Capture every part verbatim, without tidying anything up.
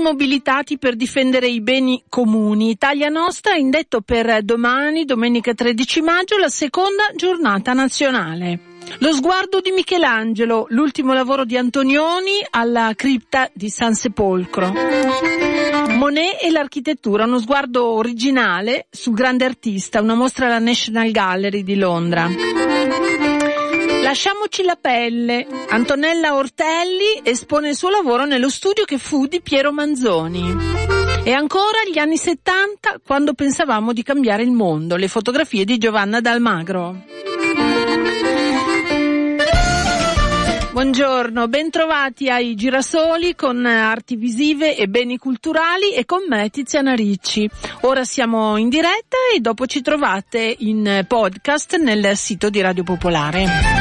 mobilitati per difendere i beni comuni. Italia Nostra ha indetto per domani, domenica tredici maggio, la seconda giornata nazionale. Lo sguardo di Michelangelo, l'ultimo lavoro di Antonioni alla cripta di San Sepolcro. Monet e l'architettura, uno sguardo originale sul grande artista, una mostra alla National Gallery di Londra. Lasciamoci la pelle, Antonella Ortelli espone il suo lavoro nello studio che fu di Piero Manzoni. E ancora gli anni settanta, quando pensavamo di cambiare il mondo, le fotografie di Giovanna D'Almagro. Buongiorno, bentrovati ai Girasoli con arti visive e beni culturali e con me Tiziana Ricci. Ora siamo in diretta e dopo ci trovate in podcast nel sito di Radio Popolare.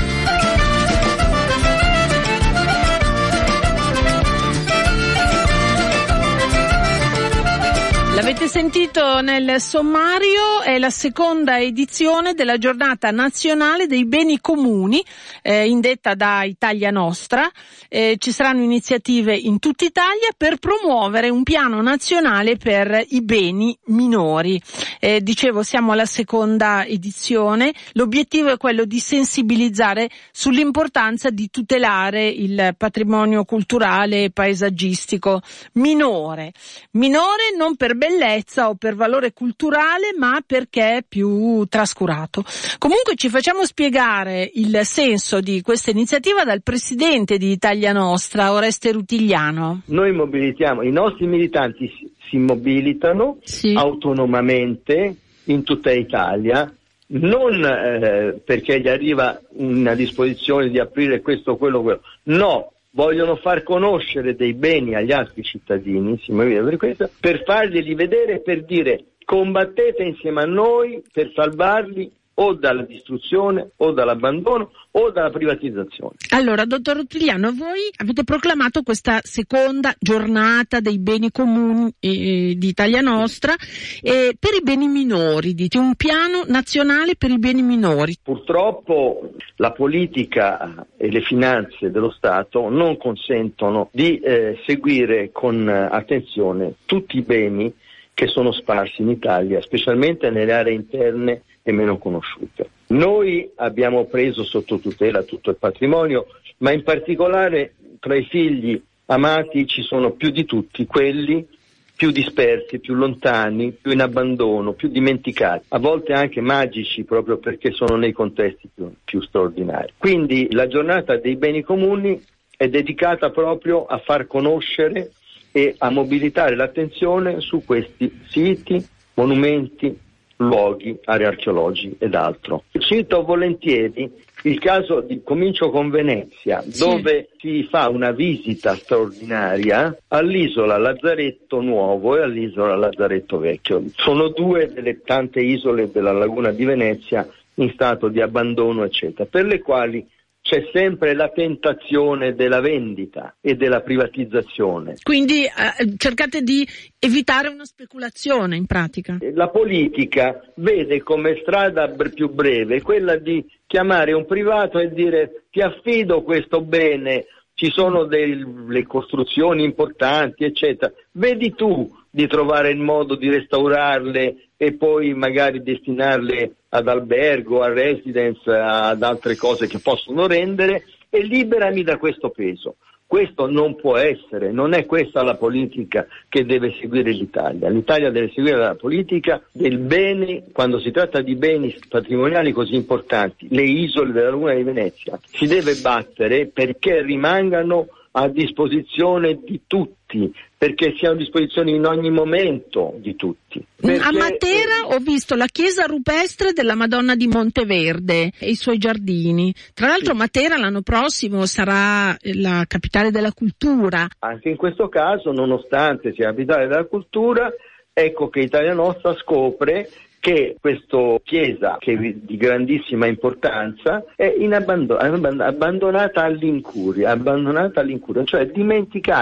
L'avete sentito nel sommario, è la seconda edizione della giornata nazionale dei beni comuni, eh, indetta da Italia Nostra. Eh, ci saranno iniziative in tutta Italia per promuovere un piano nazionale per i beni minori. Eh, dicevo, siamo alla seconda edizione. L'obiettivo è quello di sensibilizzare sull'importanza di tutelare il patrimonio culturale e paesaggistico minore. Minore non per bellezza o per valore culturale, ma perché è più trascurato. Comunque ci facciamo spiegare il senso di questa iniziativa dal presidente di Italia Nostra, Oreste Rutigliano. Noi mobilitiamo, i nostri militanti si, si mobilitano sì. autonomamente in tutta Italia, non eh, perché gli arriva una disposizione di aprire questo, quello, quello, no. Vogliono far conoscere dei beni agli altri cittadini, si muovono per questo, per farglieli vedere e per dire combattete insieme a noi per salvarli o dalla distruzione o dall'abbandono o dalla privatizzazione. Allora, dottor Rutigliano, voi avete proclamato questa seconda giornata dei beni comuni eh, di Italia Nostra eh, per i beni minori, dite un piano nazionale per i beni minori. Purtroppo la politica e le finanze dello Stato non consentono di eh, seguire con attenzione tutti i beni che sono sparsi in Italia, specialmente nelle aree interne e meno conosciute. Noi abbiamo preso sotto tutela tutto il patrimonio, ma in particolare tra i figli amati ci sono più di tutti quelli più dispersi, più lontani, più in abbandono, più dimenticati, a volte anche magici proprio perché sono nei contesti più, più straordinari. Quindi la giornata dei beni comuni è dedicata proprio a far conoscere e a mobilitare l'attenzione su questi siti, monumenti, luoghi, aree archeologiche ed altro. Cito volentieri il caso di, comincio con Venezia, sì. dove si fa una visita straordinaria all'isola Lazzaretto Nuovo e all'isola Lazzaretto Vecchio. Sono due delle tante isole della laguna di Venezia in stato di abbandono, eccetera, per le quali c'è sempre la tentazione della vendita e della privatizzazione. Quindi eh, cercate di evitare una speculazione in pratica. La politica vede come strada più breve quella di chiamare un privato e dire ti affido questo bene, ci sono delle costruzioni importanti, eccetera, vedi tu di trovare il modo di restaurarle e poi magari destinarle ad albergo, a residence, ad altre cose che possono rendere, e liberami da questo peso. Questo non può essere, non è questa la politica che deve seguire l'Italia. L'Italia deve seguire la politica del bene, quando si tratta di beni patrimoniali così importanti, le isole della Laguna di Venezia, si deve battere perché rimangano a disposizione di tutti, perché siano a disposizione in ogni momento di tutti. Perché... A Matera ho visto la chiesa rupestre della Madonna di Monteverde e i suoi giardini. Tra l'altro sì. Matera l'anno prossimo sarà la capitale della cultura. Anche in questo caso, nonostante sia la capitale della cultura, ecco che Italia Nostra scopre che questa chiesa, che è di grandissima importanza, è in abbandon- abbandonata all'incuria, abbandonata all'incuria, cioè dimenticata.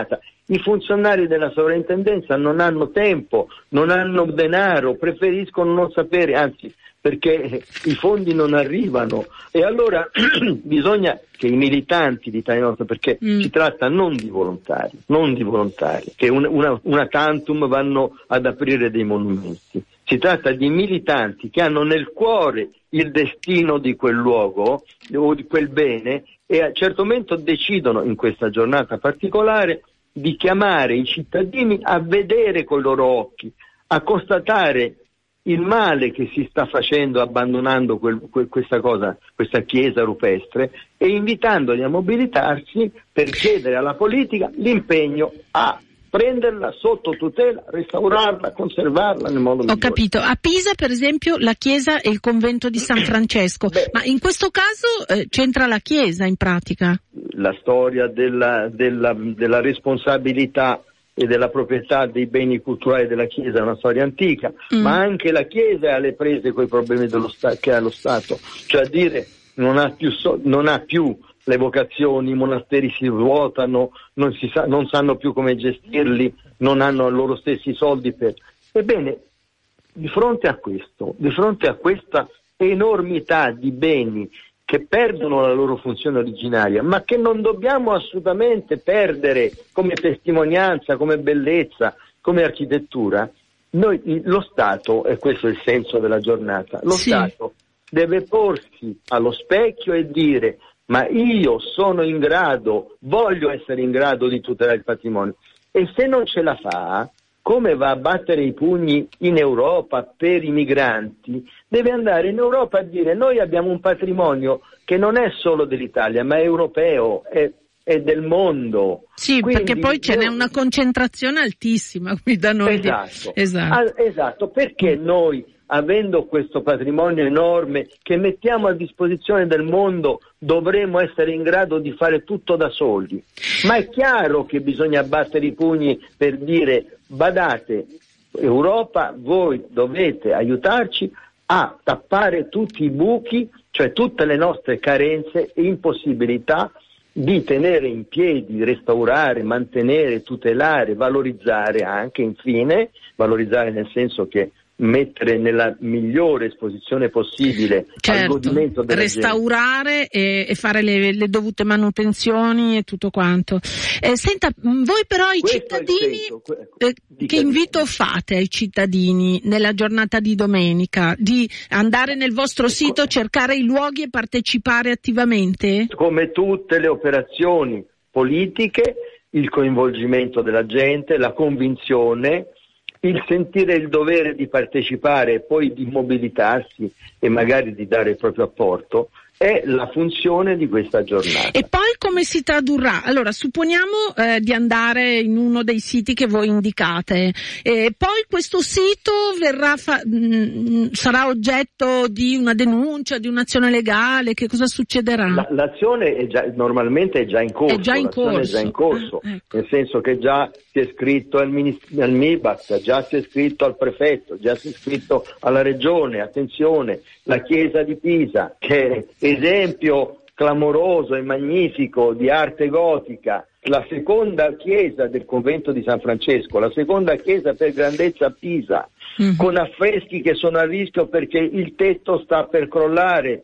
I funzionari della sovrintendenza non hanno tempo, non hanno denaro, preferiscono non sapere, anzi perché i fondi non arrivano, e allora bisogna che i militanti di Italia Nostra, perché mm. si tratta non di volontari, non di volontari, che una, una, una tantum vanno ad aprire dei monumenti, si tratta di militanti che hanno nel cuore il destino di quel luogo o di quel bene, e a un certo momento decidono in questa giornata particolare di chiamare i cittadini a vedere con i loro occhi, a constatare il male che si sta facendo abbandonando quel, quel, questa cosa, questa chiesa rupestre, e invitandoli a mobilitarsi per chiedere alla politica l'impegno a prenderla sotto tutela, restaurarla, conservarla nel modo migliore. Ho capito. A Pisa, per esempio, la chiesa e il convento di San Francesco. Beh, ma in questo caso eh, c'entra la chiesa in pratica? La storia della, della, della responsabilità e della proprietà dei beni culturali della Chiesa è una storia antica, mm. ma anche la Chiesa è alle prese con i problemi dello sta- che ha lo Stato, cioè a dire non ha più, so- non ha più le vocazioni, i monasteri si svuotano, non, si sa- non sanno più come gestirli, non hanno loro stessi soldi per... Ebbene, di fronte a questo, di fronte a questa enormità di beni che perdono la loro funzione originaria, ma che non dobbiamo assolutamente perdere come testimonianza, come bellezza, come architettura, noi, lo Stato, e questo è il senso della giornata, lo sì. Stato deve porsi allo specchio e dire: ma io sono in grado, voglio essere in grado di tutelare il patrimonio, e se non ce la fa, come va a battere i pugni in Europa per i migranti, deve andare in Europa a dire: noi abbiamo un patrimonio che non è solo dell'Italia, ma è europeo, è, è del mondo. Sì, quindi, perché poi ce n'è una concentrazione altissima qui da noi. Esatto, di... esatto. Al, esatto, perché noi, avendo questo patrimonio enorme che mettiamo a disposizione del mondo, dovremo essere in grado di fare tutto da soli? Ma è chiaro che bisogna battere i pugni per dire: badate, Europa, voi dovete aiutarci a tappare tutti i buchi, cioè tutte le nostre carenze e impossibilità di tenere in piedi, restaurare, mantenere, tutelare, valorizzare anche, infine, valorizzare nel senso che mettere nella migliore esposizione possibile, certo, al godimento della restaurare e, e fare le, le dovute manutenzioni e tutto quanto. Eh, senta, voi però i Questo cittadini, ecco, eh, che invito fate ai cittadini nella giornata di domenica? Di andare nel vostro ecco. sito, cercare i luoghi e partecipare attivamente? Come tutte le operazioni politiche, il coinvolgimento della gente, la convinzione, il sentire il dovere di partecipare e poi di mobilitarsi e magari di dare il proprio apporto è la funzione di questa giornata. E poi come si tradurrà? Allora, supponiamo eh, di andare in uno dei siti che voi indicate, e poi questo sito verrà fa- mh, sarà oggetto di una denuncia, di un'azione legale, che cosa succederà? La, l'azione è già, normalmente è già in corso, è già in corso, è già in corso ah, ecco. Nel senso che già si è scritto al, ministro, al MIBACT, già si è scritto al prefetto, già si è scritto alla regione, attenzione, la chiesa di Pisa, che esempio clamoroso e magnifico di arte gotica, la seconda chiesa del convento di San Francesco, la seconda chiesa per grandezza a Pisa, mm. con affreschi che sono a rischio perché il tetto sta per crollare,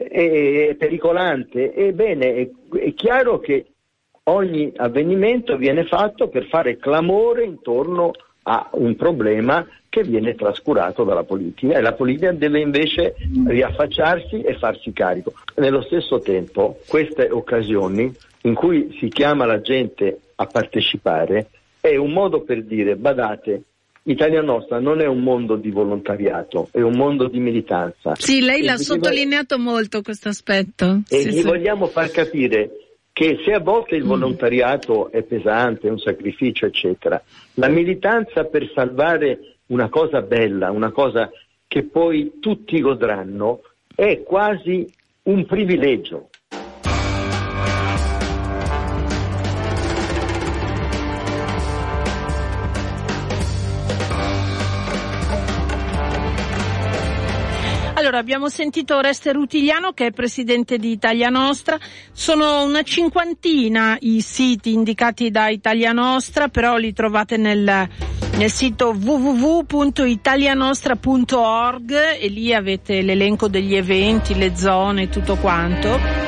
è, è pericolante. Ebbene, è, è chiaro che ogni avvenimento viene fatto per fare clamore intorno a un problema che viene trascurato dalla politica, e la politica deve invece riaffacciarsi e farsi carico. Nello stesso tempo, queste occasioni in cui si chiama la gente a partecipare è un modo per dire: badate, Italia Nostra non è un mondo di volontariato, è un mondo di militanza. Sì, lei e l'ha sottolineato vo- molto questo aspetto. E sì, gli sì. vogliamo far capire che se a volte il volontariato è pesante, è un sacrificio, eccetera, la militanza per salvare una cosa bella, una cosa che poi tutti godranno, è quasi un privilegio. Allora, abbiamo sentito Oreste Rutigliano, che è presidente di Italia Nostra. Sono una cinquantina i siti indicati da Italia Nostra, però li trovate nel, nel sito w w w punto italianostra punto org e lì avete l'elenco degli eventi, le zone, tutto quanto.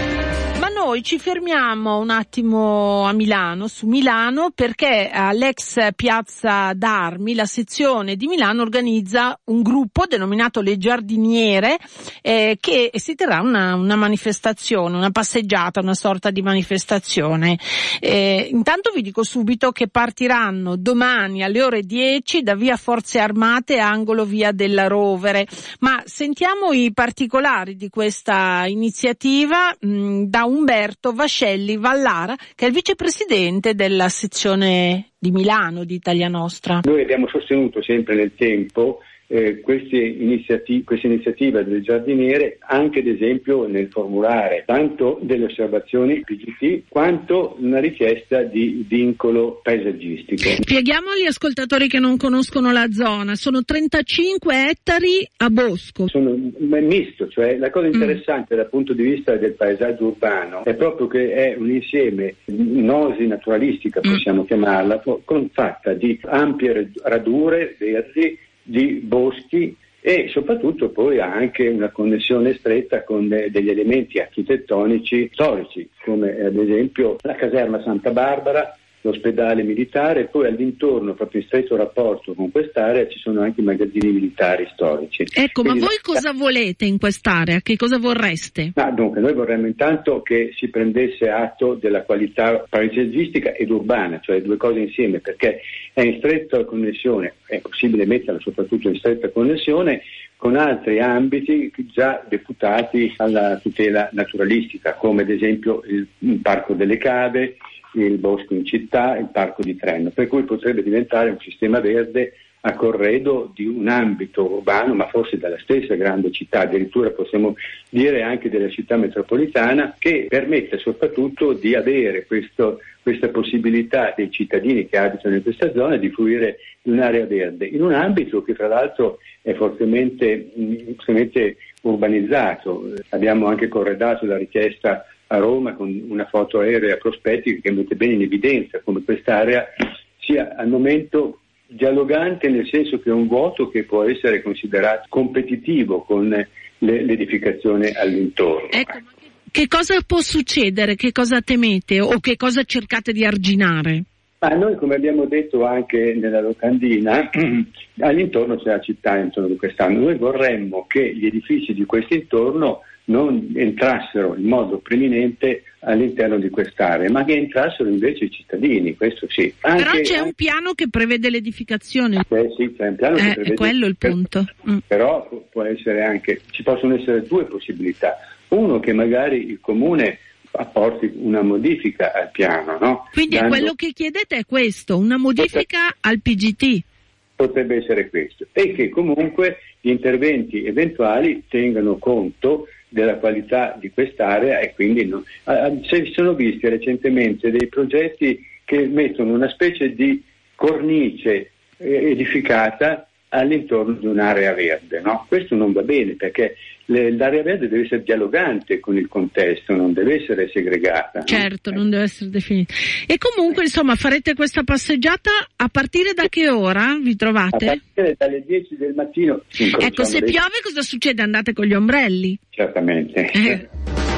Noi ci fermiamo un attimo a Milano, su Milano, perché all'ex Piazza d'Armi la sezione di Milano organizza un gruppo denominato Le Giardiniere eh, che si terrà una, una manifestazione, una passeggiata, una sorta di manifestazione. Eh, intanto vi dico subito che partiranno domani alle ore dieci da via Forze Armate, angolo via della Rovere. Ma sentiamo i particolari di questa iniziativa mh, da Umberto Vascelli Vallara, che è il vicepresidente della sezione di Milano di Italia Nostra. Noi abbiamo sostenuto sempre nel tempo eh, queste iniziative, questa iniziativa delle giardiniere, anche ad esempio nel formulare tanto delle osservazioni P G T quanto una richiesta di vincolo paesaggistico. Spieghiamo agli ascoltatori che non conoscono la zona: sono trentacinque ettari a bosco. Sono un misto, cioè la cosa interessante mm. dal punto di vista del paesaggio urbano è proprio che è un insieme, un'oasi naturalistica possiamo mm. chiamarla, con, fatta di ampie radure verdi, di boschi e soprattutto poi ha anche una connessione stretta con de- degli elementi architettonici storici, come ad esempio la caserma Santa Barbara, l'ospedale militare, e poi all'intorno, proprio in stretto rapporto con quest'area, ci sono anche i magazzini militari storici. Ecco, quindi, ma voi cosa volete in quest'area? Che cosa vorreste? Ah, dunque, noi vorremmo intanto che si prendesse atto della qualità paesaggistica ed urbana, cioè due cose insieme, perché è in stretta connessione, è possibile metterla soprattutto in stretta connessione con altri ambiti già deputati alla tutela naturalistica, come ad esempio il, il Parco delle Cave, il bosco in città, il parco di Trenno, per cui potrebbe diventare un sistema verde a corredo di un ambito urbano, ma forse della stessa grande città, addirittura possiamo dire anche della città metropolitana, che permette soprattutto di avere questo, questa possibilità dei cittadini che abitano in questa zona di fruire di un'area verde, in un ambito che tra l'altro è fortemente, fortemente urbanizzato. Abbiamo anche corredato la richiesta a Roma con una foto aerea prospettica che mette bene in evidenza come quest'area sia al momento dialogante, nel senso che è un vuoto che può essere considerato competitivo con le, l'edificazione all'intorno. Ecco, che cosa può succedere? Che cosa temete o che cosa cercate di arginare? Ma noi, come abbiamo detto anche nella locandina, all'intorno c'è la città intorno di quest'anno. Noi vorremmo che gli edifici di questo intorno non entrassero in modo preminente all'interno di quest'area, ma che entrassero invece i cittadini, questo sì. Anche, Però c'è anche... un piano che prevede l'edificazione. Eh sì, c'è un piano eh, che prevede... È quello il punto. Mm. Però può essere anche, ci possono essere due possibilità. Uno, che magari il comune apporti una modifica al piano, no? Quindi Dando... quello che chiedete è questo, una modifica al P G T. Potrebbe essere questo. E che comunque gli interventi eventuali tengano conto della qualità di quest'area e quindi no. Si sono visti recentemente dei progetti che mettono una specie di cornice edificata all'intorno di un'area verde, no? Questo non va bene, perché le, l'area verde deve essere dialogante con il contesto, non deve essere segregata. Certo, no? Non deve essere definita. E comunque, insomma, farete questa passeggiata a partire da che ora vi trovate? A partire dalle dieci del mattino. Ecco, se dei... piove cosa succede? Andate con gli ombrelli? Certamente. Eh.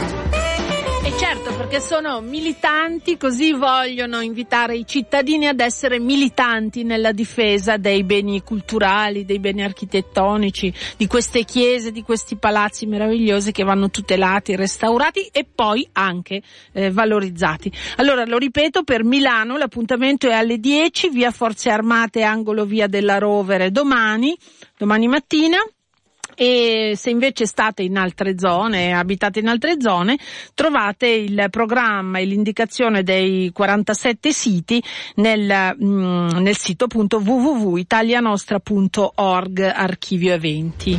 E certo, perché sono militanti, così vogliono invitare i cittadini ad essere militanti nella difesa dei beni culturali, dei beni architettonici, di queste chiese, di questi palazzi meravigliosi che vanno tutelati, restaurati e poi anche eh, valorizzati. Allora, lo ripeto, per Milano l'appuntamento è alle dieci, via Forze Armate, angolo via della Rovere, domani, domani mattina. E se invece state in altre zone, abitate in altre zone, trovate il programma e l'indicazione dei quarantasette siti nel, mm, nel sito appunto w w w punto italianostra punto org, archivio eventi.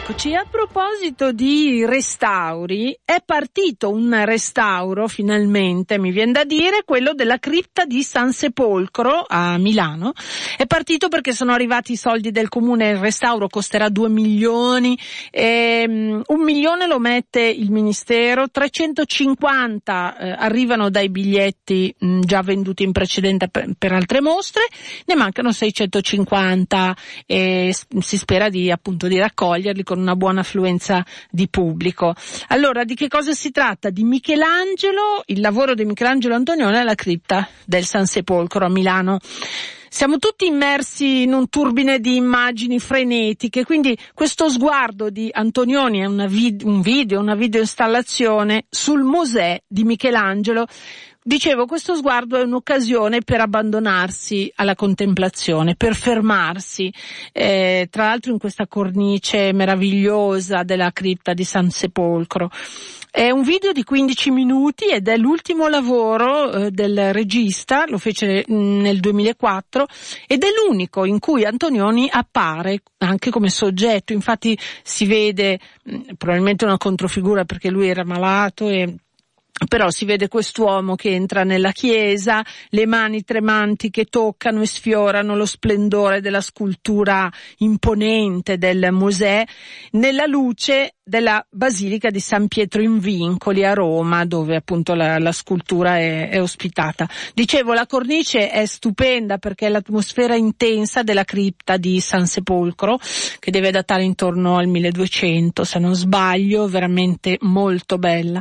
Eccoci, a proposito di restauri, è partito un restauro finalmente, mi viene da dire, quello della cripta di San Sepolcro a Milano. È partito perché sono arrivati i soldi del comune, il restauro costerà due milioni, e, um, un milione lo mette il ministero, trecentocinquanta eh, arrivano dai biglietti mh, già venduti in precedenza per, per altre mostre, ne mancano seicentocinquanta e si spera di appunto di raccoglierli con una buona affluenza di pubblico. Allora, di che cosa si tratta? Di Michelangelo, il lavoro di Michelangelo Antonioni alla cripta del San Sepolcro a Milano. Siamo tutti immersi in un turbine di immagini frenetiche, quindi questo sguardo di Antonioni è una vid- un video, una videoinstallazione sul Mosè di Michelangelo. Dicevo, questo sguardo è un'occasione per abbandonarsi alla contemplazione, per fermarsi, eh, tra l'altro in questa cornice meravigliosa della cripta di San Sepolcro. È un video di quindici minuti ed è l'ultimo lavoro eh, del regista, lo fece mh, nel duemilaquattro, ed è l'unico in cui Antonioni appare anche come soggetto. Infatti si vede mh, probabilmente una controfigura perché lui era malato, e però si vede quest'uomo che entra nella chiesa, le mani tremanti che toccano e sfiorano lo splendore della scultura imponente del Mosè, nella luce della Basilica di San Pietro in Vincoli a Roma, dove appunto la, la scultura è, è ospitata. Dicevo, la cornice è stupenda perché è l'atmosfera intensa della cripta di San Sepolcro, che deve datare intorno al milleduecento, se non sbaglio, veramente molto bella.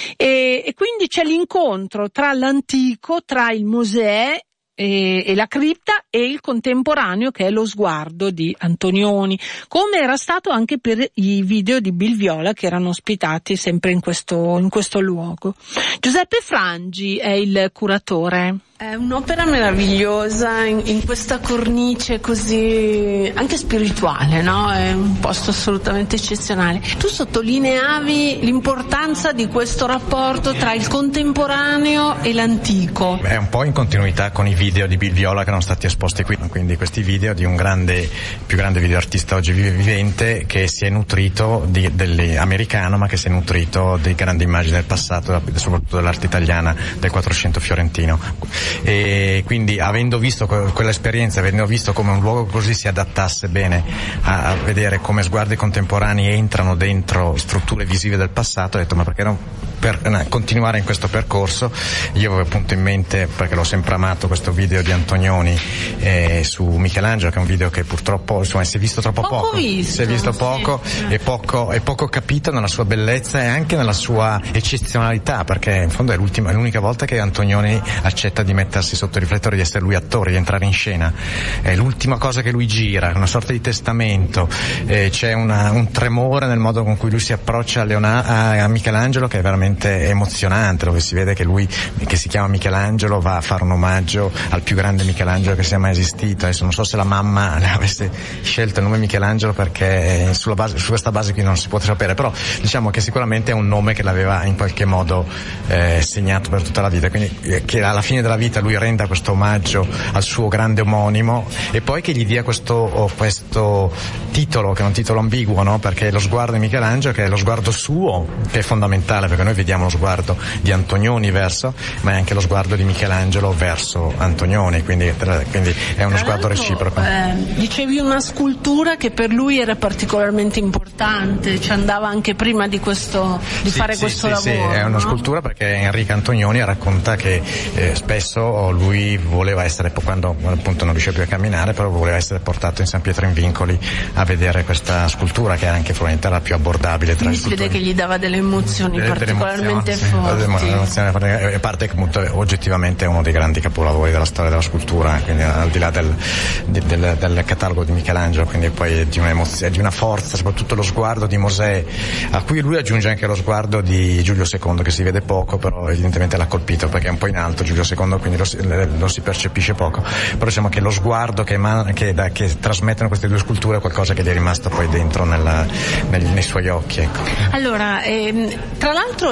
E, e quindi c'è l'incontro tra l'antico, tra il Mosè E, e la cripta, e il contemporaneo che è lo sguardo di Antonioni, come era stato anche per i video di Bill Viola che erano ospitati sempre in questo, in questo luogo. Giuseppe Frangi è il curatore. È un'opera meravigliosa in, in questa cornice così anche spirituale, no? È un posto assolutamente eccezionale. Tu sottolineavi l'importanza di questo rapporto tra il contemporaneo e l'antico. È un po' in continuità con i video di Bill Viola che erano stati esposti qui, quindi questi video di un grande, più grande videoartista oggi vivente, che si è nutrito di, dell'americano, ma che si è nutrito di grandi immagini del passato, soprattutto dell'arte italiana del Quattrocento fiorentino. E quindi, avendo visto quell'esperienza, avendo visto come un luogo così si adattasse bene a, a vedere come sguardi contemporanei entrano dentro strutture visive del passato, ho detto ma perché non per no, continuare in questo percorso. Io avevo appunto in mente, perché l'ho sempre amato, questo video di Antonioni eh, su Michelangelo, che è un video che purtroppo insomma si è visto troppo poco, poco visto, si è visto poco sì. e poco e poco capito nella sua bellezza e anche nella sua eccezionalità, perché in fondo è l'ultima, è l'unica volta che Antonioni accetta di mettersi sotto i riflettori, di essere lui attore, di entrare in scena. È l'ultima cosa che lui gira, una sorta di testamento. Eh, c'è una, un tremore nel modo con cui lui si approccia a, Leonardo, a, a Michelangelo, che è veramente emozionante, dove si vede che lui, che si chiama Michelangelo, va a fare un omaggio al più grande Michelangelo che sia mai esistito. Adesso non so se la mamma avesse scelto il nome Michelangelo, perché sulla base, su questa base qui non si può sapere, però diciamo che sicuramente è un nome che l'aveva in qualche modo eh, segnato per tutta la vita, quindi eh, che alla fine della vita lui renda questo omaggio al suo grande omonimo, e poi che gli dia questo, oh, questo titolo, che è un titolo ambiguo, no? Perché lo sguardo di Michelangelo, che è lo sguardo suo, che è fondamentale, perché noi vediamo lo sguardo di Antonioni verso, ma è anche lo sguardo di Michelangelo verso Antonioni, quindi, quindi è uno sguardo reciproco. Eh, dicevi una scultura che per lui era particolarmente importante, ci andava anche prima di questo, di sì, fare sì, questo sì, lavoro. Sì, è una no? scultura perché Enrico Antonioni racconta che eh, spesso lui voleva essere, quando appunto non riusciva più a camminare, però voleva essere portato in San Pietro in Vincoli a vedere questa scultura, che anche probabilmente era la più abbordabile tra Quindi le sculture. Si vede che gli dava delle emozioni delle, particolarmente delle emozioni, sì, forti. A parte che appunto oggettivamente è uno dei grandi capolavori della storia della scultura, quindi al di là del, del, del catalogo di Michelangelo, quindi poi di un'emozione, di una forza, soprattutto lo sguardo di Mosè, a cui lui aggiunge anche lo sguardo di Giulio secondo, che si vede poco, però evidentemente l'ha colpito perché è un po' in alto Giulio secondo, quindi lo si, lo si percepisce poco, però diciamo che lo sguardo che, emana, che, da, che trasmettono queste due sculture è qualcosa che gli è rimasto poi dentro nella, nei, nei suoi occhi, ecco. Allora, ehm, tra l'altro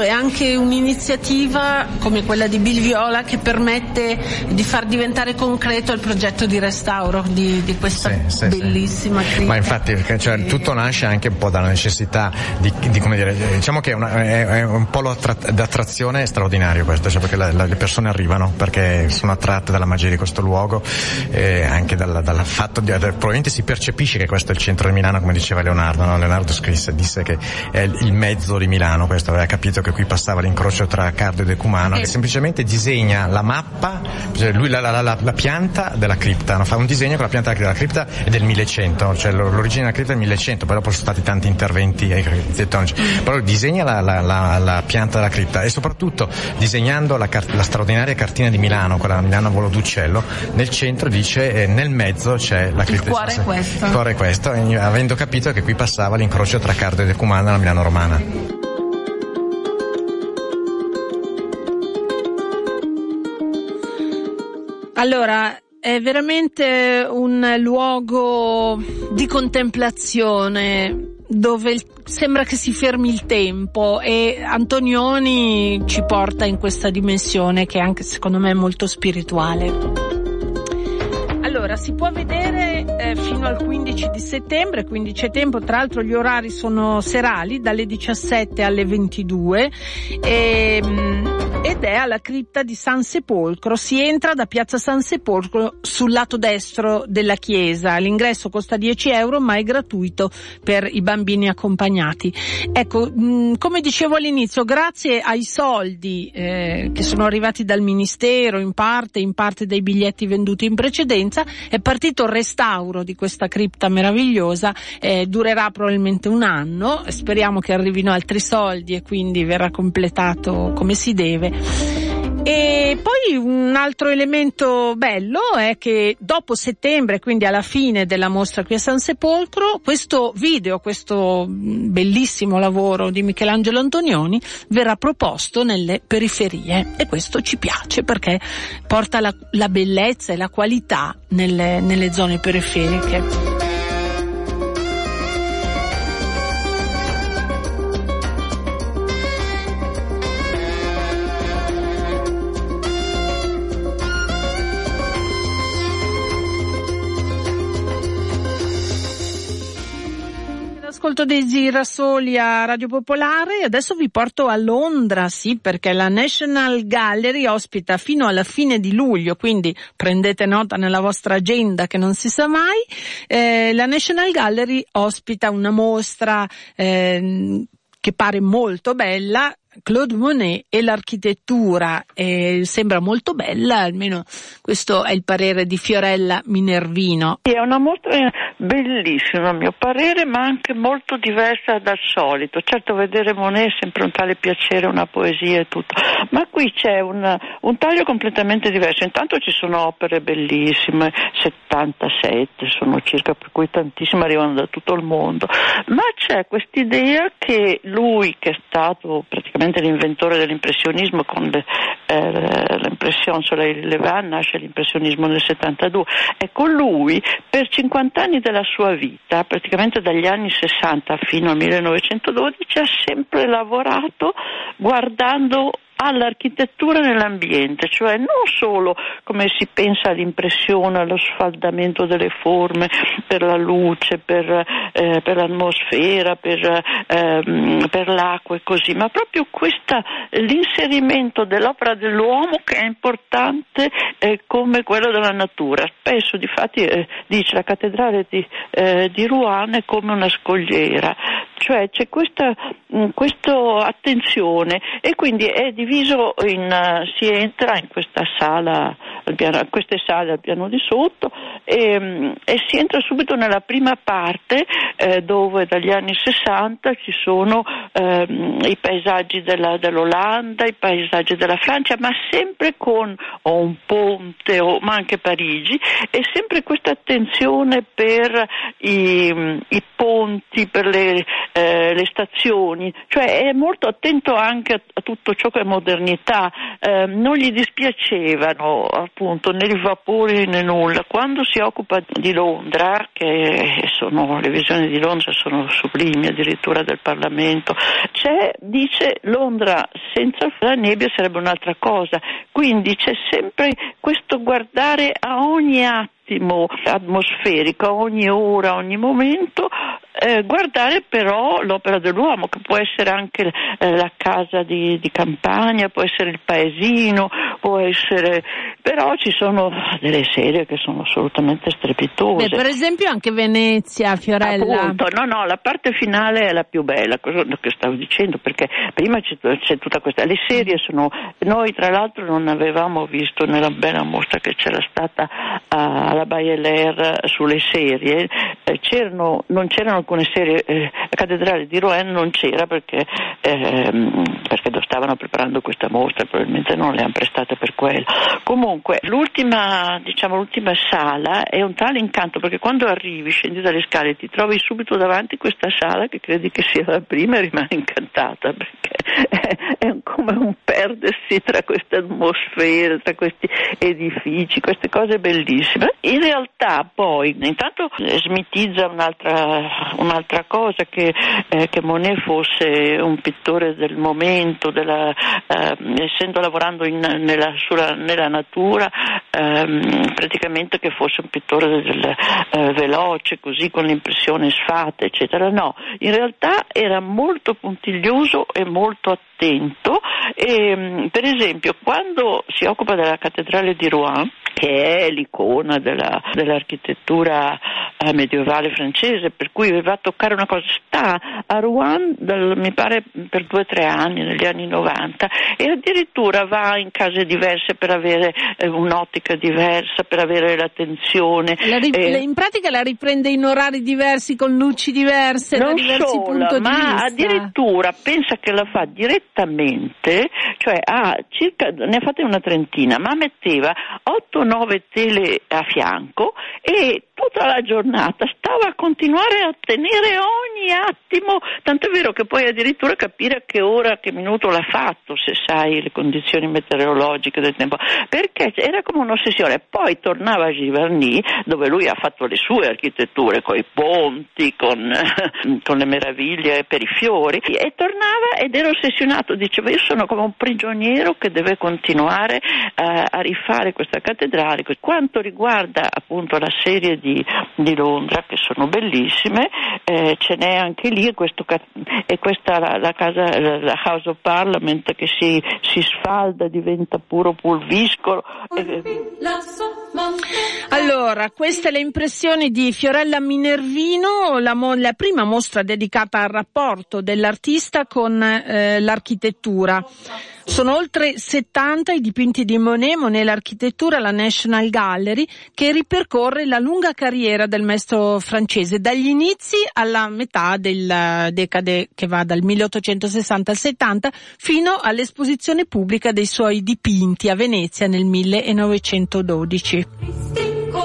è anche un'iniziativa come quella di Bilviola che permette di far diventare concreto il progetto di restauro di, di questa sì, sì, bellissima sì. cripta. Ma infatti, cioè, e... tutto nasce anche un po' dalla necessità di, di come dire, diciamo che è, una, è, è un polo attra- d'attrazione straordinario questo, cioè perché la, la, le persone arrivano perché sono attratte dalla magia di questo luogo, e anche dal, dal fatto di, probabilmente si percepisce che questo è il centro di Milano, come diceva Leonardo, no? Leonardo scrisse, disse che è il mezzo di Milano, questo aveva capito che qui passava l'incrocio tra Cardo e Decumano, che semplicemente disegna la mappa, cioè lui la, la, la, la pianta della cripta, no? Fa un disegno con la pianta della cripta è del millecento, cioè l'origine della cripta è del millecento, poi dopo sono stati tanti interventi architettonici, però disegna la, la, la, la pianta della cripta e soprattutto disegnando la, la straordinaria cartina di Milano, quella Milano a volo d'uccello, nel centro dice eh, nel mezzo c'è la cripta. Il cuore è questo. Il cuore è questo, avendo capito che qui passava l'incrocio tra Cardo e Decumano nella Milano romana. Allora, è veramente un luogo di contemplazione dove il, sembra che si fermi il tempo, e Antonioni ci porta in questa dimensione che anche secondo me è molto spirituale. Allora, si può vedere eh, fino al quindici di settembre, quindi c'è tempo, tra l'altro gli orari sono serali, dalle diciassette alle ventidue, e, ed è alla cripta di San Sepolcro. Si entra da piazza San Sepolcro sul lato destro della chiesa, l'ingresso costa dieci euro ma è gratuito per i bambini accompagnati. Ecco, mh, come dicevo all'inizio, grazie ai soldi eh, che sono arrivati dal Ministero in parte, in parte dai biglietti venduti in precedenza, è partito il restauro di questa cripta meravigliosa, eh, durerà probabilmente un anno, speriamo che arrivino altri soldi e quindi verrà completato come si deve. E poi un altro elemento bello è che dopo settembre, quindi alla fine della mostra qui a San Sepolcro, questo video, questo bellissimo lavoro di Michelangelo Antonioni verrà proposto nelle periferie, e questo ci piace perché porta la, la bellezza e la qualità nelle, nelle zone periferiche. Ascolto dei girasoli a Radio Popolare. Adesso vi porto a Londra, sì, perché la National Gallery ospita fino alla fine di luglio, quindi prendete nota nella vostra agenda che non si sa mai. Eh, la National Gallery ospita una mostra eh, che pare molto bella, Claude Monet e l'architettura, eh, sembra molto bella, almeno questo è il parere di Fiorella Minervino. È una mostra bellissima a mio parere, ma anche molto diversa dal solito. Certo, vedere Monet è sempre un tale piacere, una poesia e tutto, ma qui c'è un, un taglio completamente diverso. Intanto ci sono opere bellissime, settantasette sono circa, per cui tantissime arrivano da tutto il mondo, ma c'è quest'idea che lui, che è stato praticamente l'inventore dell'impressionismo con le, eh, l'impression Soleil Levant, nasce l'impressionismo nel settantadue, e con lui per cinquanta anni della sua vita, praticamente dagli anni sessanta fino al millenovecentododici, ha sempre lavorato guardando all'architettura nell'ambiente, cioè non solo come si pensa all'impressione, allo sfaldamento delle forme per la luce, per, eh, per l'atmosfera, per, ehm, per l'acqua e così, ma proprio questa, l'inserimento dell'opera dell'uomo che è importante eh, come quello della natura. Spesso difatti eh, dice la cattedrale di, eh, di Rouen è come una scogliera, cioè c'è questa, mh, questa attenzione, e quindi è diviso in, uh, si entra in questa sala, al piano, queste sale al piano di sotto, e, um, e si entra subito nella prima parte eh, dove dagli anni sessanta ci sono um, i paesaggi della, dell'Olanda, i paesaggi della Francia, ma sempre con o un ponte, o, ma anche Parigi, e sempre questa attenzione per i, i ponti, per le, eh, le stazioni, cioè è molto attento anche a, a tutto ciò che è modernità, eh, non gli dispiacevano appunto né i vapori né nulla. Quando si occupa di Londra, che sono le visioni di Londra sono sublimi, addirittura del Parlamento, c'è, dice Londra senza la nebbia sarebbe un'altra cosa, quindi c'è sempre questo guardare a ogni attimo atmosferico, a ogni ora, a ogni momento, eh, guardare però l'opera dell'uomo, che può essere anche eh, la casa di, di campagna, può essere il paesino, può essere, però ci sono delle serie che sono assolutamente strepitose. Beh, per esempio anche Venezia, Fiorella. Appunto, no, no, la parte finale è la più bella, cosa che stavo dicendo, perché prima c'è, c'è tutta questa, le serie sono, noi tra l'altro non avevamo visto nella bella mostra che c'era stata alla Baie Lair sulle serie, eh, c'erano, non c'erano alcune serie, eh, la cattedrale di Rouen non c'era perché, ehm, perché stavano preparando questa mostra, probabilmente non le hanno prestate per quello. Comunque l'ultima, diciamo l'ultima sala è un tale incanto, perché quando arrivi, scendi dalle scale e ti trovi subito davanti questa sala che credi che sia la prima e rimani incantata, perché è, è come un perdersi tra queste atmosfere, tra questi edifici, queste cose bellissime. In realtà poi intanto smitizza un'altra, un'altra cosa, che, eh, che Monet fosse un pittore del momento, della, eh, essendo lavorando in, nella, sulla, nella natura, ehm, praticamente che fosse un pittore del, eh, veloce, così con l'impressione sfata, eccetera. No, in realtà era molto puntiglioso e molto attento e, per esempio, quando si occupa della cattedrale di Rouen, che è l'icona della, dell'architettura eh, medievale francese, per cui va a toccare una cosa, sta a Rouen dal, mi pare per due o tre anni, negli anni novanta, e addirittura va in case diverse per avere eh, un'ottica diversa, per avere l'attenzione. La ri- eh, in pratica la riprende in orari diversi, con luci diverse, da diversi punti di ma vista. Addirittura pensa che la fa direttamente, cioè ha circa, ne ha fatte una trentina, ma metteva otto nove tele a fianco e tutta la giornata stava a continuare a tenere ogni attimo, tanto è vero che poi addirittura capire a che ora, a che minuto l'ha fatto, se sai le condizioni meteorologiche del tempo, perché era come un'ossessione. Poi tornava a Giverny, dove lui ha fatto le sue architetture, con i ponti, con, con le meraviglie per i fiori, e tornava ed era ossessionato, diceva io sono come un prigioniero che deve continuare uh, a rifare questa cattedrale. Quanto riguarda appunto la serie di, di Londra, che sono bellissime, eh, ce n'è anche lì, e, questo, e questa la, la casa, la House of Parliament, che si, si sfalda, diventa puro pulviscolo. Allora, queste le impressioni di Fiorella Minervino, la, mo- la prima mostra dedicata al rapporto dell'artista con eh, l'architettura. Sono oltre settanta i dipinti di Monet, Monet l'architettura, alla National Gallery, che ripercorre la lunga carriera del maestro francese, dagli inizi alla metà della decade che va dal milleottocentosessanta al settanta, fino all'esposizione pubblica dei suoi dipinti a Venezia nel millenovecentododici.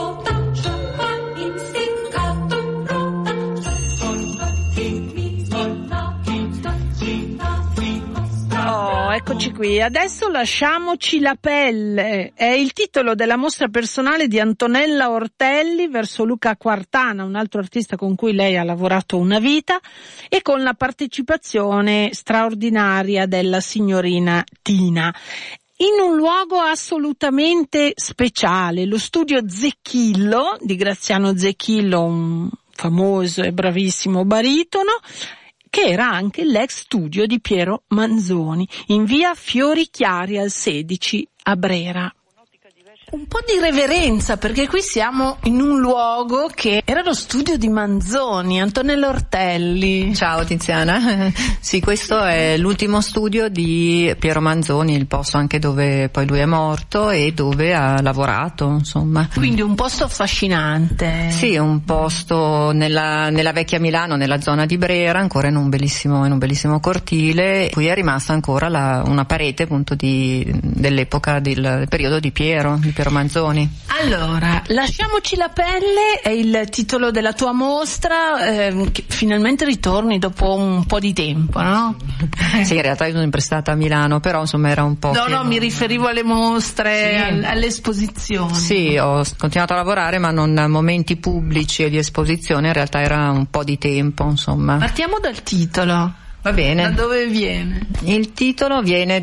Eccoci qui, adesso lasciamoci la pelle, è il titolo della mostra personale di Antonella Ortelli verso Luca Quartana, un altro artista con cui lei ha lavorato una vita, e con la partecipazione straordinaria della signorina Tina. In un luogo assolutamente speciale, lo studio Zecchillo di Graziano Zecchillo, un famoso e bravissimo baritono, che era anche l'ex studio di Piero Manzoni, in via Fiori Chiari al sedici a Brera. Un po' di reverenza, perché qui siamo in un luogo che era lo studio di Manzoni. Antonella Ortelli. Ciao Tiziana, sì, questo è l'ultimo studio di Piero Manzoni, il posto anche dove poi lui è morto e dove ha lavorato, insomma. Quindi un posto affascinante. Sì, un posto nella, nella vecchia Milano, nella zona di Brera, ancora in un bellissimo, in un bellissimo cortile. Qui è rimasta ancora la, una parete appunto di, dell'epoca del periodo di Piero, di Piero Manzoni. Allora, Lasciamoci la pelle è il titolo della tua mostra, eh, che finalmente ritorni dopo un po' di tempo, no? Sì, in realtà io sono sempre stata a Milano, però insomma era un po'... No, che... no, mi riferivo alle mostre, sì. al, alle esposizioni. Sì, ho continuato a lavorare, ma non a momenti pubblici e di esposizione, in realtà era un po' di tempo, insomma. Partiamo dal titolo. Va bene. Da dove viene? Il titolo viene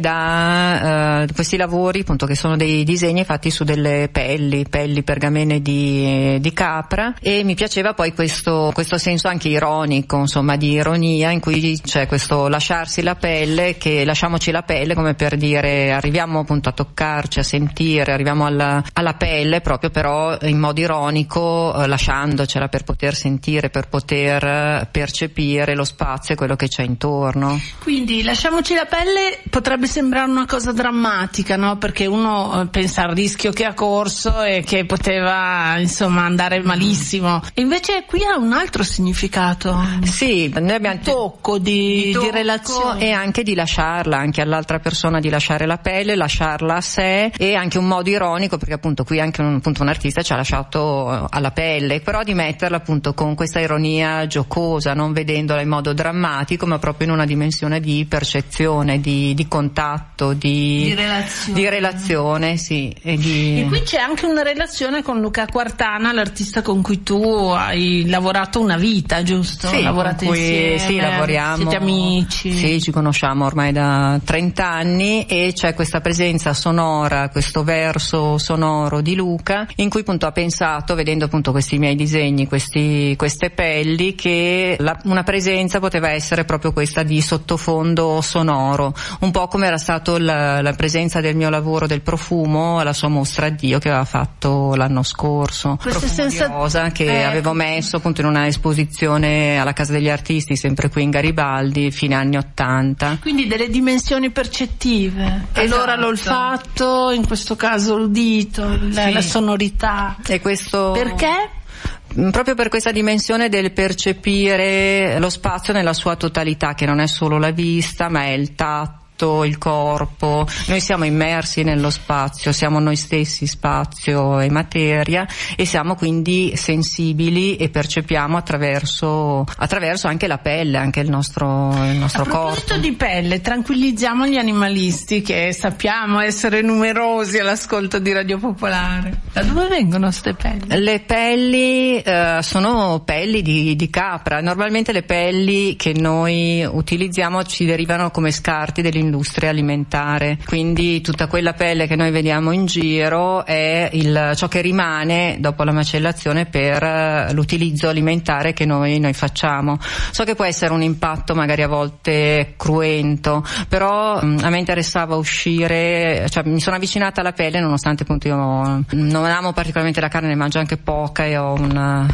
da uh, questi lavori, appunto, che sono dei disegni fatti su delle pelli, pelli pergamene di, di capra, e mi piaceva poi questo, questo senso anche ironico, insomma, di ironia, in cui c'è questo lasciarsi la pelle, che lasciamoci la pelle come per dire arriviamo appunto a toccarci, a sentire, arriviamo alla, alla pelle proprio, però in modo ironico, uh, lasciandocela per poter sentire, per poter percepire lo spazio e quello che c'è intorno. Quindi lasciamoci la pelle potrebbe sembrare una cosa drammatica, no? Perché uno pensa al rischio che ha corso e che poteva insomma andare malissimo, e invece qui ha un altro significato. Sì, noi abbiamo un tocco di, di, tocco di relazione, e anche di lasciarla, anche all'altra persona, di lasciare la pelle, lasciarla a sé, e anche un modo ironico, perché appunto qui anche un, appunto, un artista ci ha lasciato alla pelle, però di metterla appunto con questa ironia giocosa, non vedendola in modo drammatico, ma proprio in una dimensione di percezione, di, di contatto, di, di relazione, di relazione sì, e, di... e qui c'è anche una relazione con Luca Quartana, l'artista con cui tu hai lavorato una vita, giusto? Sì, lavorate con cui, insieme, sì, lavoriamo, siete amici. Sì, ci conosciamo ormai da trenta anni, e c'è questa presenza sonora, questo verso sonoro di Luca, in cui appunto ha pensato, vedendo appunto questi miei disegni, questi, queste pelli, che la, una presenza poteva essere proprio questa di sottofondo sonoro, un po' come era stato la, la presenza del mio lavoro del profumo alla sua mostra Addio che aveva fatto l'anno scorso, queste Profumo senza... di rosa, che eh. avevo messo appunto in una esposizione alla Casa degli Artisti, sempre qui in Garibaldi, fine anni ottanta. Quindi delle dimensioni percettive, esatto. Allora l'olfatto, in questo caso l'udito, la, sì. la sonorità. E questo... Perché? Proprio per questa dimensione del percepire lo spazio nella sua totalità, che non è solo la vista, ma è il tatto, il corpo. Noi siamo immersi nello spazio, siamo noi stessi spazio e materia, e siamo quindi sensibili e percepiamo attraverso attraverso anche la pelle, anche il nostro, il nostro corpo. A proposito di pelle, tranquillizziamo gli animalisti, che sappiamo essere numerosi all'ascolto di Radio Popolare. Da dove vengono queste pelli? Le pelli eh, sono pelli di, di capra. Normalmente le pelli che noi utilizziamo ci derivano come scarti dell'industria alimentare, quindi tutta quella pelle che noi vediamo in giro è il, ciò che rimane dopo la macellazione per l'utilizzo alimentare che noi, noi facciamo. So che può essere un impatto magari a volte cruento, però mh, a me interessava uscire, cioè mi sono avvicinata alla pelle, nonostante appunto io non amo particolarmente la carne, ne mangio anche poca e ho una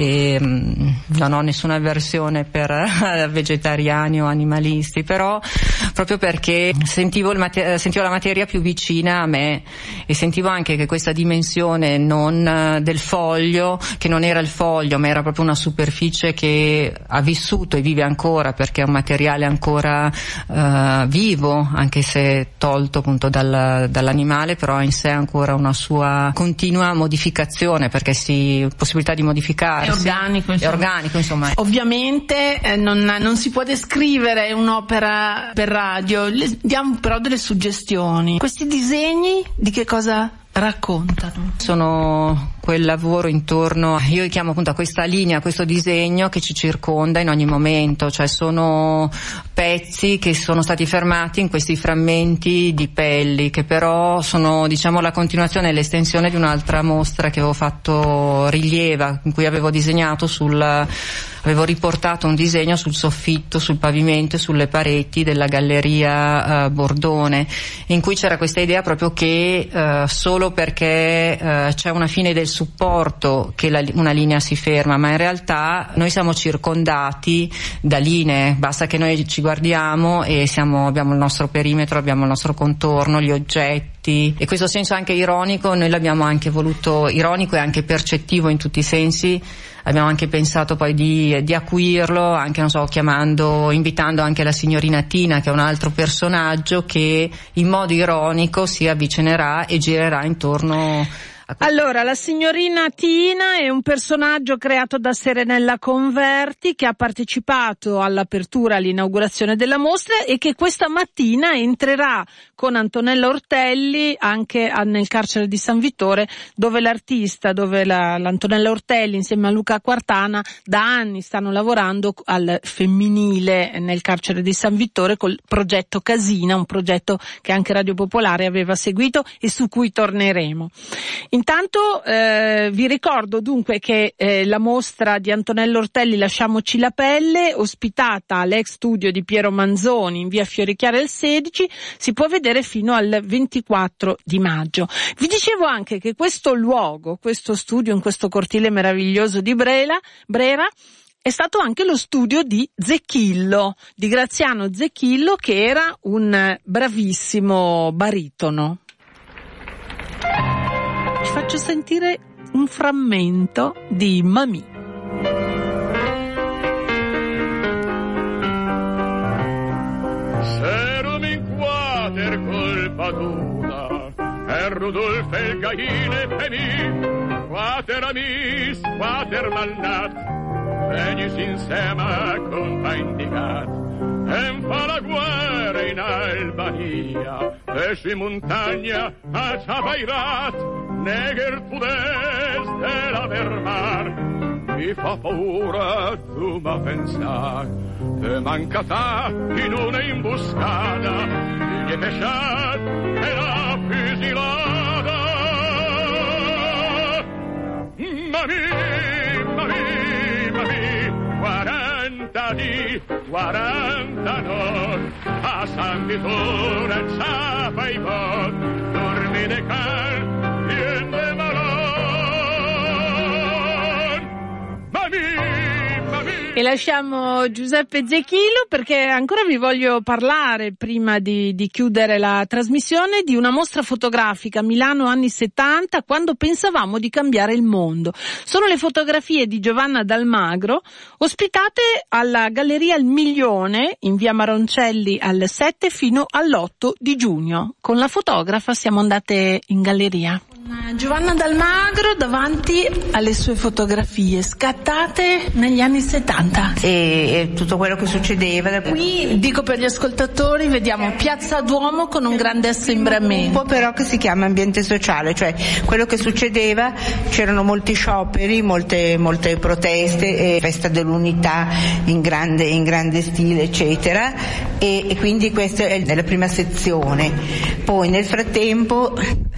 e mh, non ho nessuna avversione per vegetariani o animalisti, però proprio per perché sentivo, il mater- sentivo la materia più vicina a me, e sentivo anche che questa dimensione non del foglio, che non era il foglio ma era proprio una superficie che ha vissuto e vive ancora, perché è un materiale ancora uh, vivo, anche se tolto appunto dal, dall'animale, però ha in sé ancora una sua continua modificazione, perché si possibilità di modificarsi. È organico, insomma. È organico, insomma. Ovviamente eh, non, non si può descrivere un'opera per radio. Le, diamo però delle suggestioni. Questi disegni di che cosa raccontano? Sono quel lavoro intorno, io li chiamo appunto a questa linea, a questo disegno che ci circonda in ogni momento, cioè sono pezzi che sono stati fermati in questi frammenti di pelli, che però sono, diciamo, la continuazione e l'estensione di un'altra mostra che avevo fatto, Rilievo, in cui avevo disegnato sul avevo riportato un disegno sul soffitto, sul pavimento e sulle pareti della galleria uh, Bordone, in cui c'era questa idea proprio che uh, solo perché uh, c'è una fine del supporto che la, una linea si ferma, ma in realtà noi siamo circondati da linee, basta che noi ci guardiamo e siamo, abbiamo il nostro perimetro, abbiamo il nostro contorno, gli oggetti, e questo senso anche ironico noi l'abbiamo anche voluto, ironico e anche percettivo in tutti i sensi. Abbiamo anche pensato poi di, di acuirlo, anche, non so, chiamando, invitando anche la signorina Tina, che è un altro personaggio che in modo ironico si avvicinerà e girerà intorno. Allora, la signorina Tina è un personaggio creato da Serenella Converti, che ha partecipato all'apertura, all'inaugurazione della mostra, e che questa mattina entrerà con Antonella Ortelli anche nel carcere di San Vittore, dove l'artista, dove la, l'Antonella Ortelli insieme a Luca Quartana da anni stanno lavorando al femminile nel carcere di San Vittore col progetto Casina, un progetto che anche Radio Popolare aveva seguito e su cui torneremo. Intanto eh, vi ricordo dunque che eh, la mostra di Antonella Ortelli Lasciamoci la pelle, ospitata all'ex studio di Piero Manzoni in via Fiorichiara il sedici, si può vedere fino al ventiquattro di maggio. Vi dicevo anche che questo luogo, questo studio in questo cortile meraviglioso di Brera, Brera è stato anche lo studio di Zecchillo, di Graziano Zecchillo, che era un bravissimo baritono. Ci faccio sentire un frammento di Mamì. Se non mi inquader colpa tua, e Rudolf e il gaine per me, quater amis, quater malnat, venis insieme con pa indicat, en fa la guerra in Albania, e si montagna a Ciabairat, neger pudes de la Vermar, mi fa paura tu ma pensar, te mancata in una imboscata, gli è pesciat e la fusilata. Mamì, mamì, mamì, quaranta di, quaranta non, a San Vittore ciapa i bot, dormi de cal, bien de malon. Mamì, mamì. E lasciamo Giuseppe Zecchillo perché ancora vi voglio parlare, prima di, di chiudere la trasmissione, di una mostra fotografica Milano anni settanta, quando pensavamo di cambiare il mondo. Sono le fotografie di Giovanna Dalmagro, ospitate alla Galleria Il Milione in via Maroncelli al sette fino all'otto di giugno. Con la fotografa siamo andate in galleria. Giovanna Dalmagro davanti alle sue fotografie scattate negli anni settanta. E, e tutto quello che succedeva. Da... Qui, dico per gli ascoltatori, vediamo Piazza Duomo con un grande assembramento. Un po' però che si chiama ambiente sociale, cioè quello che succedeva, c'erano molti scioperi, molte, molte proteste, e festa dell'unità in grande, in grande stile, eccetera, e, e quindi questa è nella prima sezione. Poi nel frattempo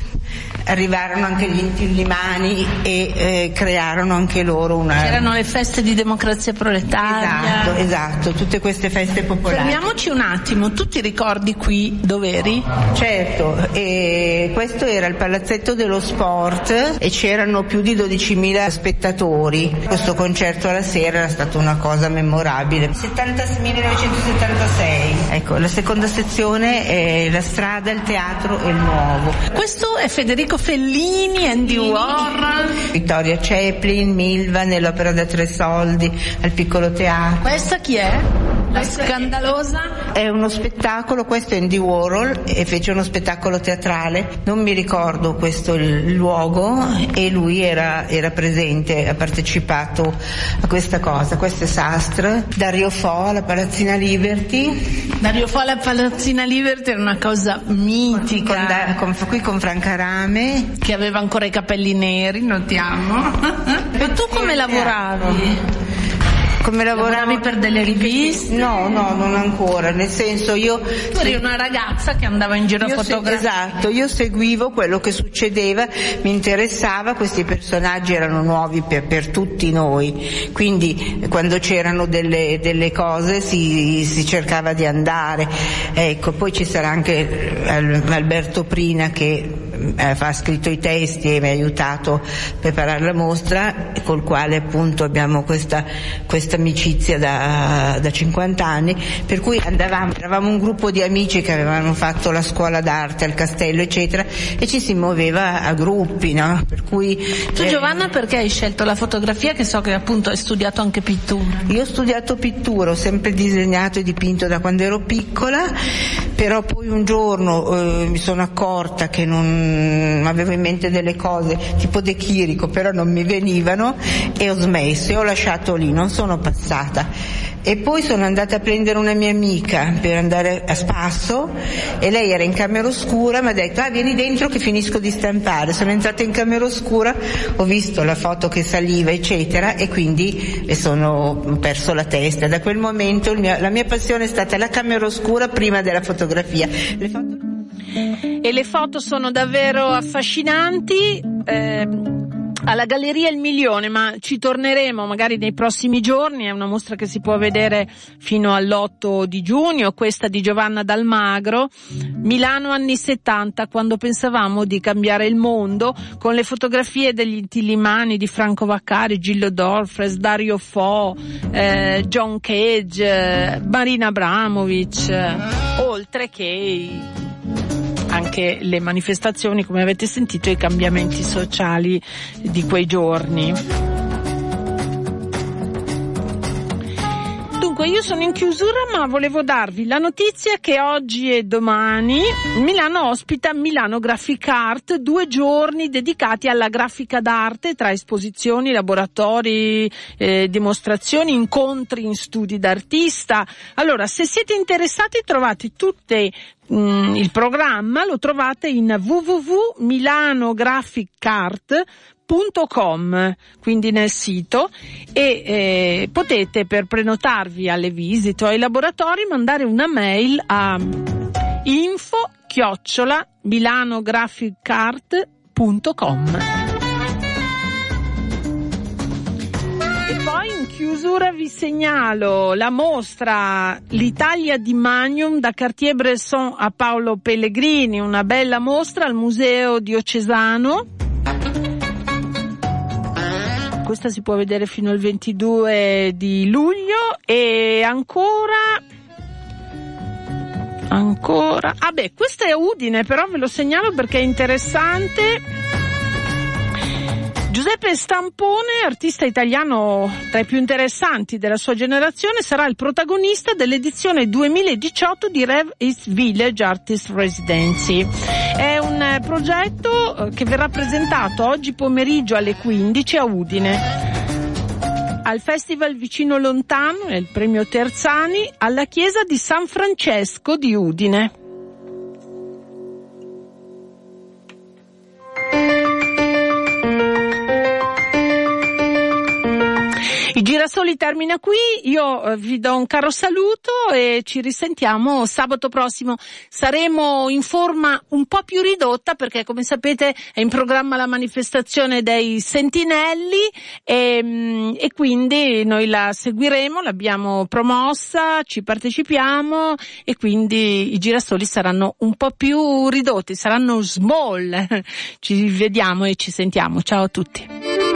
arrivarono anche gli intillimani e eh, crearono anche loro una... C'erano le feste di democrazia proletaria. Esatto, esatto, tutte queste feste popolari. Fermiamoci un attimo, tu ti ricordi qui dov'eri? Certo, e questo era il palazzetto dello sport e c'erano più di dodicimila spettatori. Questo concerto alla sera era stata una cosa memorabile. millenovecentosettantasei. Ecco, la seconda sezione è la strada, il teatro e il nuovo. Questo è Federico Fellini, Andy Warhol, Vittoria Chaplin, Milva nell'Opera da tre soldi, al Piccolo Teatro. Questa chi è? La scandalosa? È uno spettacolo, questo è Andy Warhol e fece uno spettacolo teatrale, non mi ricordo questo il luogo, e lui era, era presente, ha partecipato a questa cosa. Questo è Sastre, Dario Fo alla Palazzina Liberty. Dario Fo alla Palazzina Liberty era una cosa mitica. Con da, con, qui con Franca Rame, che aveva ancora i capelli neri, notiamo. E tu come lavoravi? Come lavoravi per delle riviste? No, no, non ancora, nel senso io... Tu eri una ragazza che andava in giro a fotografare. Se, esatto, io seguivo quello che succedeva, mi interessava, questi personaggi erano nuovi per, per tutti noi, quindi quando c'erano delle, delle cose si, si cercava di andare. Ecco, poi ci sarà anche Alberto Prina che ha scritto i testi e mi ha aiutato a preparare la mostra, col quale appunto abbiamo questa, questa amicizia da, da cinquanta anni, per cui andavamo, eravamo un gruppo di amici che avevano fatto la scuola d'arte al castello eccetera, e ci si muoveva a gruppi, no? Per cui tu eh, Giovanna, perché hai scelto la fotografia, che so che appunto hai studiato anche pittura? Io ho studiato pittura, ho sempre disegnato e dipinto da quando ero piccola, però poi un giorno eh, mi sono accorta che non avevo in mente delle cose tipo De Chirico, però non mi venivano, e ho smesso e ho lasciato lì, non sono passata. E poi sono andata a prendere una mia amica per andare a spasso, e lei era in camera oscura, mi ha detto ah vieni dentro che finisco di stampare. Sono entrata in camera oscura, ho visto la foto che saliva eccetera, e quindi le sono perso la testa. Da quel momento il mio, la mia passione è stata la camera oscura prima della fotografia. Le foto... E le foto sono davvero affascinanti. Eh, alla Galleria Il Milione, ma ci torneremo magari nei prossimi giorni. È una mostra che si può vedere fino all'otto di giugno, questa di Giovanna Dalmagro, Milano anni settanta, quando pensavamo di cambiare il mondo, con le fotografie degli Tillimani, di Franco Vaccari, Gillo Dorfres, Dario Fo, eh, John Cage, eh, Marina Abramovic, eh, oltre che anche le manifestazioni, come avete sentito, e i cambiamenti sociali di quei giorni. Dunque, io sono in chiusura, ma volevo darvi la notizia che oggi e domani Milano ospita Milano Graphic Art, due giorni dedicati alla grafica d'arte, tra esposizioni, laboratori, eh, dimostrazioni, incontri in studi d'artista. Allora, se siete interessati, trovate tutte mm, il programma, lo trovate in w w w punto milano graphic art punto com, quindi nel sito, e eh, potete, per prenotarvi alle visite o ai laboratori, mandare una mail a info chiocciola milano graphic art punto com. E poi in chiusura vi segnalo la mostra L'Italia di Magnum, da Cartier-Bresson a Paolo Pellegrini, una bella mostra al Museo Diocesano. Questa si può vedere fino al ventidue di luglio. E ancora ancora ah beh, questa è a Udine, però ve lo segnalo perché è interessante. Giuseppe Stampone, artista italiano tra i più interessanti della sua generazione, sarà il protagonista dell'edizione duemiladiciotto di Rev East Village Artist Residency. È un progetto che verrà presentato oggi pomeriggio alle quindici a Udine, al Festival Vicino Lontano, è il premio Terzani, alla chiesa di San Francesco di Udine. Il Girasoli termina qui, io eh, vi do un caro saluto e ci risentiamo sabato prossimo. Saremo in forma un po' più ridotta perché, come sapete, è in programma la manifestazione dei Sentinelli e, e quindi noi la seguiremo, l'abbiamo promossa, ci partecipiamo e quindi i Girasoli saranno un po' più ridotti, saranno small. Ci vediamo e ci sentiamo. Ciao a tutti.